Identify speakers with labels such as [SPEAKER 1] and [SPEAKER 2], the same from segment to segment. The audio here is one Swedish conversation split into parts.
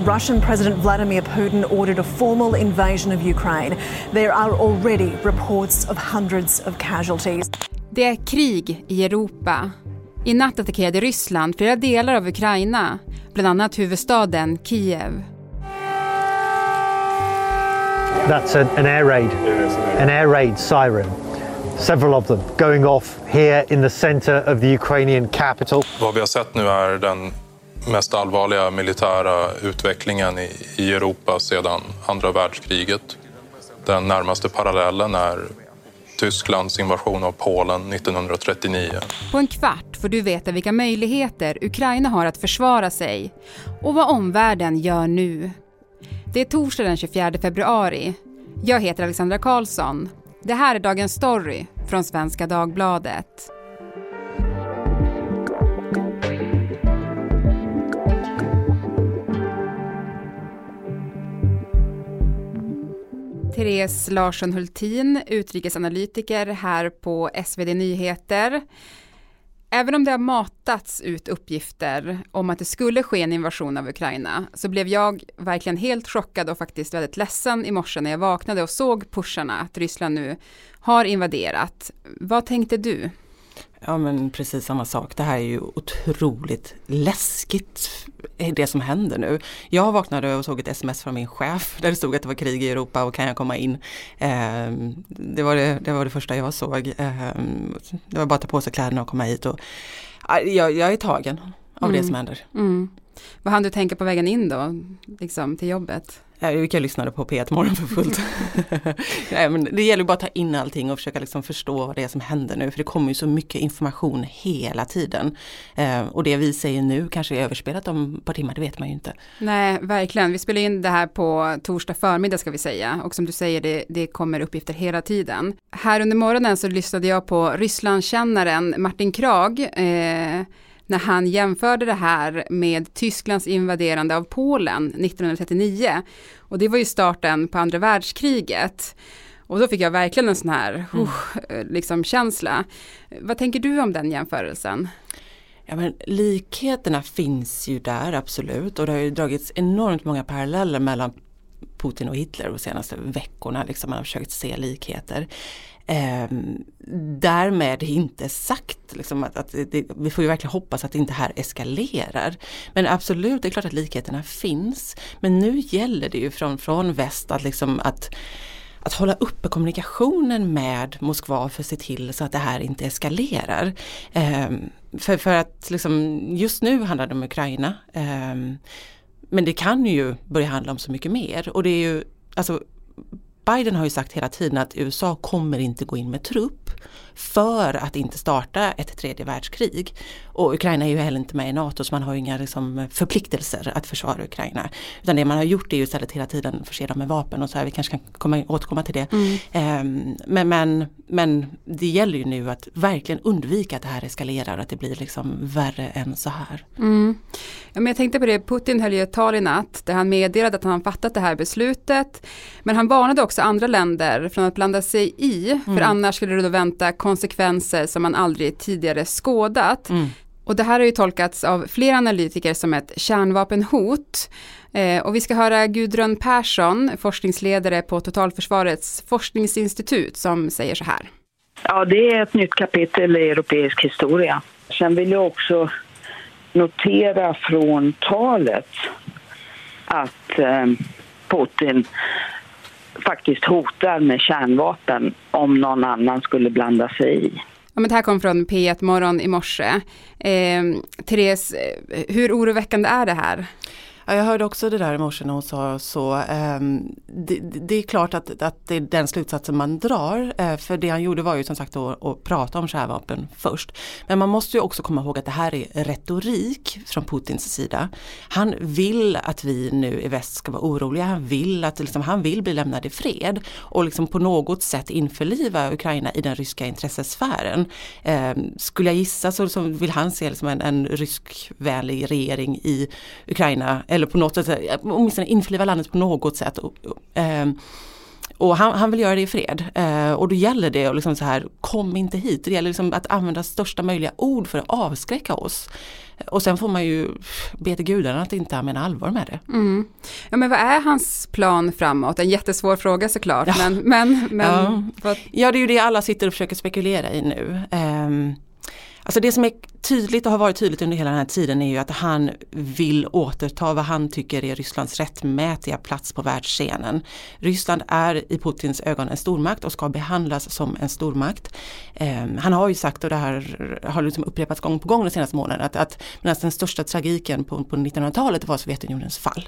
[SPEAKER 1] Russian President Vladimir Putin ordered a formal invasion of Ukraine. There are already reports of hundreds of casualties.
[SPEAKER 2] Det är krig i Europa. I natt attackerade Ryssland flera delar av Ukraina, bland annat huvudstaden Kiev.
[SPEAKER 3] That's an air raid siren. Several of them going off here in the center of the Ukrainian capital.
[SPEAKER 4] Vad vi har sett nu är den mest allvarliga militära utvecklingen i Europa sedan andra världskriget. Den närmaste parallellen är Tysklands invasion av Polen 1939.
[SPEAKER 2] På en kvart får du veta vilka möjligheter Ukraina har att försvara sig och vad omvärlden gör nu. Det är torsdag den 24 februari. Jag heter Alexandra Karlsson. Det här är dagens story från Svenska Dagbladet. Therese Larsson Hultin, utrikesanalytiker här på SvD Nyheter. Även om det har matats ut uppgifter om att det skulle ske en invasion av Ukraina så blev jag verkligen helt chockad och faktiskt väldigt ledsen i morse när jag vaknade och såg pusharna att Ryssland nu har invaderat. Vad tänkte du?
[SPEAKER 5] Ja, men precis samma sak. Det här är ju otroligt läskigt, det som händer nu. Jag vaknade och såg ett sms från min chef där det stod att det var krig i Europa och kan jag komma in. Det var det första jag såg. Det var bara att ta på sig kläderna och komma hit. Och, jag är tagen av det som händer.
[SPEAKER 2] Mm. Vad hann du tänka på vägen in då, liksom, till jobbet?
[SPEAKER 5] Jag lyssnade på P1 morgon för fullt. Nej, men det gäller bara att ta in allting och försöka liksom förstå vad det är som händer nu. För det kommer ju så mycket information hela tiden. Och det vi säger nu kanske är överspelat om ett par timmar, det vet man ju inte. Nej,
[SPEAKER 2] verkligen. Vi spelar in det här på torsdag förmiddag ska vi säga. Och som du säger, det kommer uppgifter hela tiden. Här under morgonen så lyssnade jag på Rysslandskännaren Martin Krag när han jämförde det här med Tysklands invaderande av Polen 1939. Och det var ju starten på andra världskriget. Och då fick jag verkligen en sån här liksom känsla. Vad tänker du om den jämförelsen?
[SPEAKER 5] Ja, men likheterna finns ju där, absolut. Och det har ju dragits enormt många paralleller mellan Putin och Hitler de senaste veckorna. Liksom man har försökt se likheter. Därmed inte sagt liksom, att vi får ju verkligen hoppas att det inte här eskalerar. Men absolut, det är klart att likheterna finns. Men nu gäller det ju från väst att hålla uppe kommunikationen med Moskva för att se till så att det här inte eskalerar. För att liksom, just nu handlar det om Ukraina. Men det kan ju börja handla om så mycket mer. Och det är ju, alltså Biden har ju sagt hela tiden att USA kommer inte gå in med trupp för att inte starta ett tredje världskrig. Och Ukraina är ju heller inte med i NATO så man har ju inga liksom, förpliktelser att försvara Ukraina. Utan det man har gjort är ju istället hela tiden förse dem med vapen och så här. Vi kanske kan återkomma till det. Men det gäller ju nu att verkligen undvika att det här eskalerar och att det blir liksom värre än så här. Mm.
[SPEAKER 2] Ja, men jag tänkte på det, Putin höll ju ett tal i natt där han meddelade att han fattat det här beslutet. Men han varnade också andra länder från att blanda sig i. För annars skulle det då vänta konsekvenser som man aldrig tidigare skådat. Och det här har ju tolkats av flera analytiker som ett kärnvapenhot. Och vi ska höra Gudrun Persson, forskningsledare på Totalförsvarets forskningsinstitut, som säger så här.
[SPEAKER 6] Ja, det är ett nytt kapitel i europeisk historia. Sen vill jag också notera från talet att Putin faktiskt hotar med kärnvapen om någon annan skulle blanda sig i.
[SPEAKER 2] Ja, men det här kom från P1 morgon i morse. Therese, hur oroväckande är det här?
[SPEAKER 5] Ja, jag hörde också det där i morse när hon sa så. Det är klart att det är den slutsatsen man drar. För det han gjorde var ju som sagt att prata om kärnvapen först. Men man måste ju också komma ihåg att det här är retorik från Putins sida. Han vill att vi nu i väst ska vara oroliga. Han vill bli lämnad i fred. Och liksom på något sätt införliva Ukraina i den ryska intressesfären. Skulle jag gissa så vill han se liksom en ryskvänlig regering i Ukraina. Eller på något sätt, åtminstone införliva landet på något sätt. Och han vill göra det i fred. Och då gäller det och liksom så här, kom inte hit. Det gäller liksom att använda största möjliga ord för att avskräcka oss. Och sen får man ju be till gudarna att inte menar allvar med det.
[SPEAKER 2] Mm. Ja, men vad är hans plan framåt? En jättesvår fråga såklart.
[SPEAKER 5] Ja.
[SPEAKER 2] Ja,
[SPEAKER 5] det är ju det alla sitter och försöker spekulera i nu. Alltså det som är tydligt och har varit tydligt under hela den här tiden är ju att han vill återta vad han tycker är Rysslands rättmätiga plats på världsscenen. Ryssland är i Putins ögon en stormakt och ska behandlas som en stormakt. Han har ju sagt, och det här har liksom upprepats gång på gång den senaste månaden, att den största tragiken på 1900-talet var Sovjetunionens fall.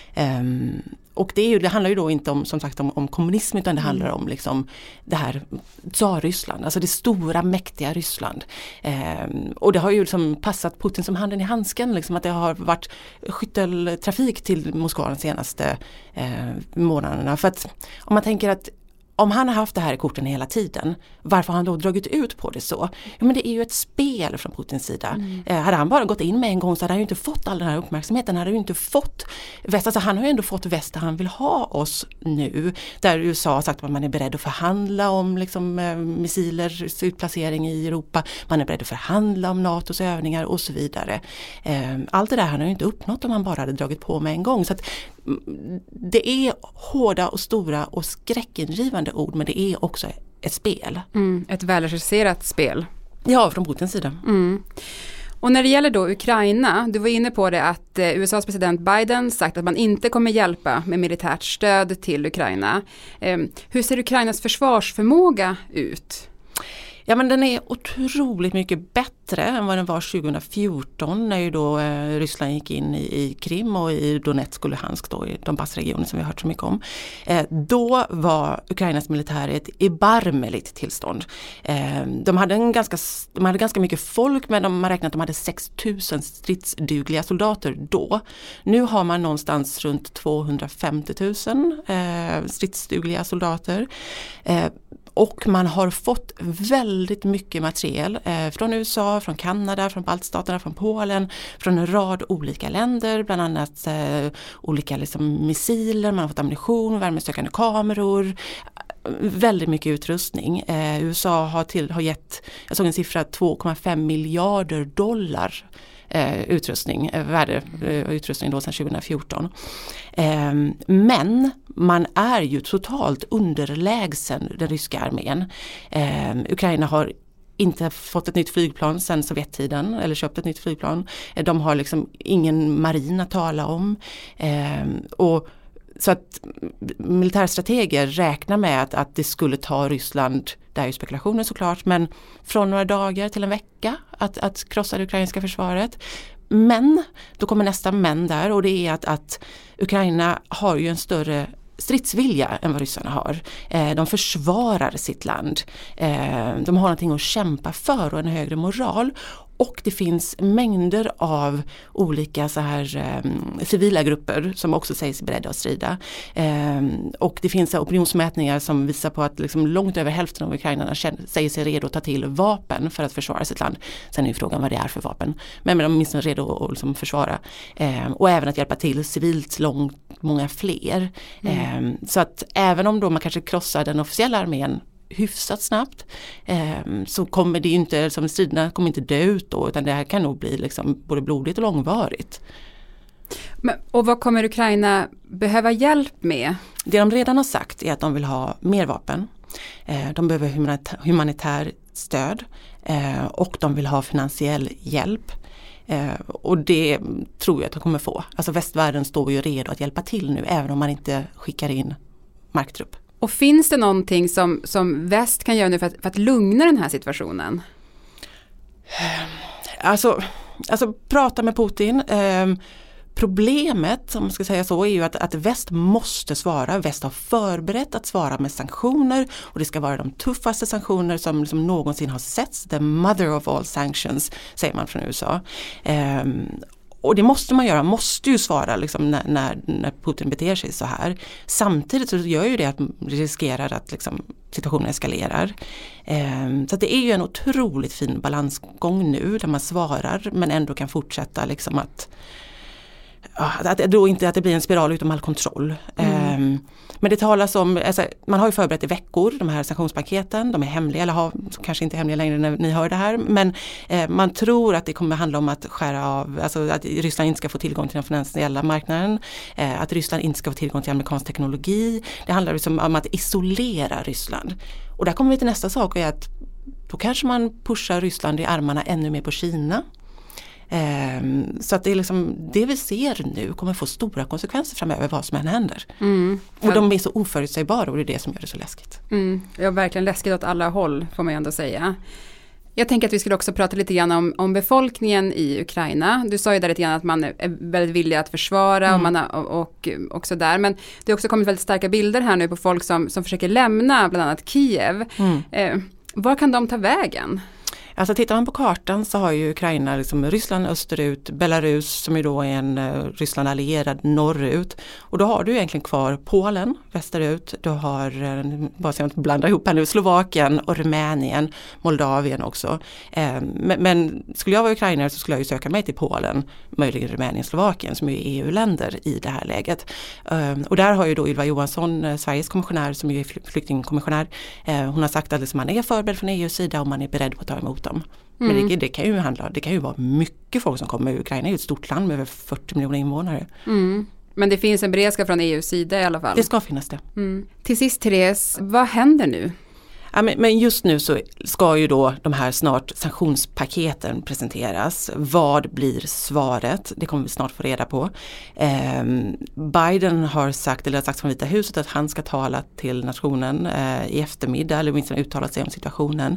[SPEAKER 5] Och det handlar ju då inte om kommunism, utan det handlar om liksom det här tsar-Ryssland, alltså det stora mäktiga Ryssland. Och det har ju liksom passat Putin som handen i handsken, liksom, att det har varit skytteltrafik till Moskva de senaste månaderna. För att om man tänker att om han har haft det här i korten hela tiden, varför har han då dragit ut på det så? Ja, men det är ju ett spel från Putins sida. Hade han bara gått in med en gång så hade han ju inte fått all den här uppmärksamheten. Han hade ju inte fått väst. Alltså han har ju ändå fått väst där han vill ha oss nu. Där USA har sagt att man är beredd att förhandla om liksom, missilers utplacering i Europa. Man är beredd att förhandla om NATOs övningar och så vidare. Allt det där han har ju inte uppnått om han bara hade dragit på med en gång. Så att det är hårda och stora och skräckingivande ord, men det är också ett spel.
[SPEAKER 2] Ett välregisserat spel.
[SPEAKER 5] Ja, från Putins sida.
[SPEAKER 2] Och när det gäller då Ukraina, du var inne på det att USAs president Biden sagt att man inte kommer hjälpa med militärt stöd till Ukraina. Hur ser Ukrainas försvarsförmåga ut?
[SPEAKER 5] Ja, men den är otroligt mycket bättre än vad den var 2014 när ju då Ryssland gick in i Krim och i Donetsk och Luhansk då, i Donbassregionen som vi har hört så mycket om. Då var Ukrainas militär i ett erbarmligt tillstånd. De hade ganska mycket folk, men man räknade att de hade 6 000 stridsdugliga soldater då. Nu har man någonstans runt 250 000 stridsdugliga soldater. Och man har fått väldigt mycket materiel från USA, från Kanada, från baltstaterna, från Polen, från en rad olika länder, bland annat olika liksom, missiler, man har fått ammunition, värmesökande kameror, väldigt mycket utrustning. USA har gett, jag såg en siffra, 2,5 miljarder dollar utrustning då sedan 2014. Men man är ju totalt underlägsen den ryska armén. Ukraina har inte fått ett nytt flygplan sedan Sovjettiden eller köpt ett nytt flygplan. De har liksom ingen marin att tala om. Och så att militärstrateger räknar med att det skulle ta Ryssland, det är ju spekulationer såklart, men från några dagar till en vecka att krossa det ukrainska försvaret. Men då kommer nästa men där, och det är att Ukraina har ju en större stridsvilja än vad ryssarna har. De försvarar sitt land. De har någonting att kämpa för och en högre moral. Och det finns mängder av olika så här, civila grupper som också sägs beredda att strida. Och det finns opinionsmätningar som visar på att liksom långt över hälften av ukrainarna säger sig redo att ta till vapen för att försvara sitt land. Sen är ju frågan vad det är för vapen. Men de är minst redo att liksom försvara. Och även att hjälpa till civilt många fler. Så att även om då man kanske krossar den officiella armén hyfsat snabbt, så kommer det inte, som striderna kommer inte dö ut då, utan det här kan nog bli liksom både blodigt och långvarigt.
[SPEAKER 2] Och vad kommer Ukraina behöva hjälp med?
[SPEAKER 5] Det de redan har sagt är att de vill ha mer vapen. De behöver humanitär stöd och de vill ha finansiell hjälp. Och det tror jag att de kommer få. Alltså västvärlden står ju redo att hjälpa till nu, även om man inte skickar in marktrupp.
[SPEAKER 2] Och finns det någonting som väst kan göra nu för att lugna den här situationen? Alltså prata med Putin. Problemet, om man ska säga så, är ju att väst måste svara. Väst har förberett att svara med sanktioner, och det ska vara de tuffaste sanktioner som någonsin har setts. The mother of all sanctions, säger man från USA. Och det måste man göra, man måste ju svara liksom, när Putin beter sig så här. Samtidigt så gör ju det att man riskerar att liksom, situationen eskalerar. Så att det är ju en otroligt fin balansgång nu där man svarar men ändå kan fortsätta liksom att det blir en spiral utom all kontroll.
[SPEAKER 5] Men det talas om, alltså, man har ju förberett i veckor de här sanktionspaketen, de är hemliga eller kanske inte hemliga längre när ni hör det här, men man tror att det kommer handla om att skära av, alltså att Ryssland inte ska få tillgång till den finansiella marknaden, att Ryssland inte ska få tillgång till amerikansk teknologi. Det handlar liksom om att isolera Ryssland. Och där kommer vi till nästa sak, och är att då kanske man pushar Ryssland i armarna ännu mer på Kina. Så att det är liksom, det vi ser nu kommer få stora konsekvenser framöver vad som än händer. Och de är så oförutsägbara, och det är det som gör det så läskigt.
[SPEAKER 2] Det är verkligen läskigt åt alla håll, får man ändå säga. Jag tänker att vi skulle också prata lite grann om befolkningen i Ukraina. Du sa ju där lite grann att man är väldigt villig att försvara och också där. Men det har också kommit väldigt starka bilder här nu på folk som försöker lämna bland annat Kiev. Var kan de ta vägen?
[SPEAKER 5] Alltså tittar man på kartan så har ju Ukraina liksom Ryssland österut, Belarus som ju då är en Ryssland allierad norrut. Och då har du egentligen kvar Polen västerut, du har, bara så jag inte blandar ihop här nu, Slovakien och Rumänien, Moldavien också. Men skulle jag vara ukrainare så skulle jag ju söka mig till Polen, möjligen Rumänien, Slovakien som är EU-länder i det här läget. Och där har ju då Ylva Johansson, Sveriges kommissionär som är flyktingkommissionär, hon har sagt att liksom man är förberedd från EUs sida och man är beredd på att ta emot dem. Men det kan ju vara mycket folk som kommer. Ukraina är ju ett stort land med över 40 miljoner invånare.
[SPEAKER 2] Men det finns en beredskap från EUs sida i alla fall.
[SPEAKER 5] Det ska finnas det.
[SPEAKER 2] Till sist, Therese, vad händer nu?
[SPEAKER 5] Ja, men just nu så ska ju då de här snart sanktionspaketen presenteras. Vad blir svaret? Det kommer vi snart få reda på. Biden har sagt från Vita huset att han ska tala till nationen i eftermiddag, eller åtminstone uttala sig om situationen.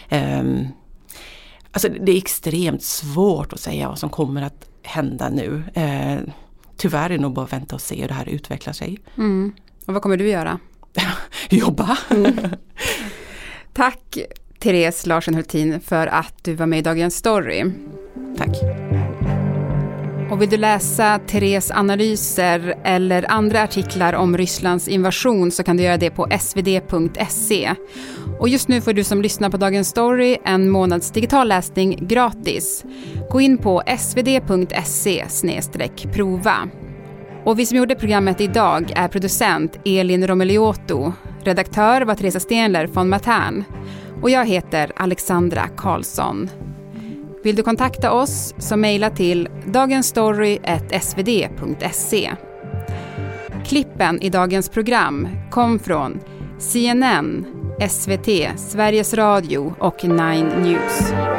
[SPEAKER 5] Alltså det är extremt svårt att säga vad som kommer att hända nu. Tyvärr är det nog bara att vänta och se hur det här utvecklar sig.
[SPEAKER 2] Och vad kommer du göra?
[SPEAKER 5] Jobba.
[SPEAKER 2] Tack Therese Larsen-Hultin för att du var med i Dagens Story.
[SPEAKER 5] Tack.
[SPEAKER 2] Och vill du läsa Therese analyser eller andra artiklar om Rysslands invasion så kan du göra det på svd.se. Och just nu får du som lyssnar på Dagens Story en månads digital läsning gratis. Gå in på svd.se/prova. Och vi som gjorde programmet idag är producent Elin Romeliotto. Redaktör var Teresa Stenler från Matern. Och jag heter Alexandra Karlsson. Vill du kontakta oss så mejla till dagensstory@svd.se. Klippen i dagens program kom från CNN, SVT, Sveriges Radio och 9 News.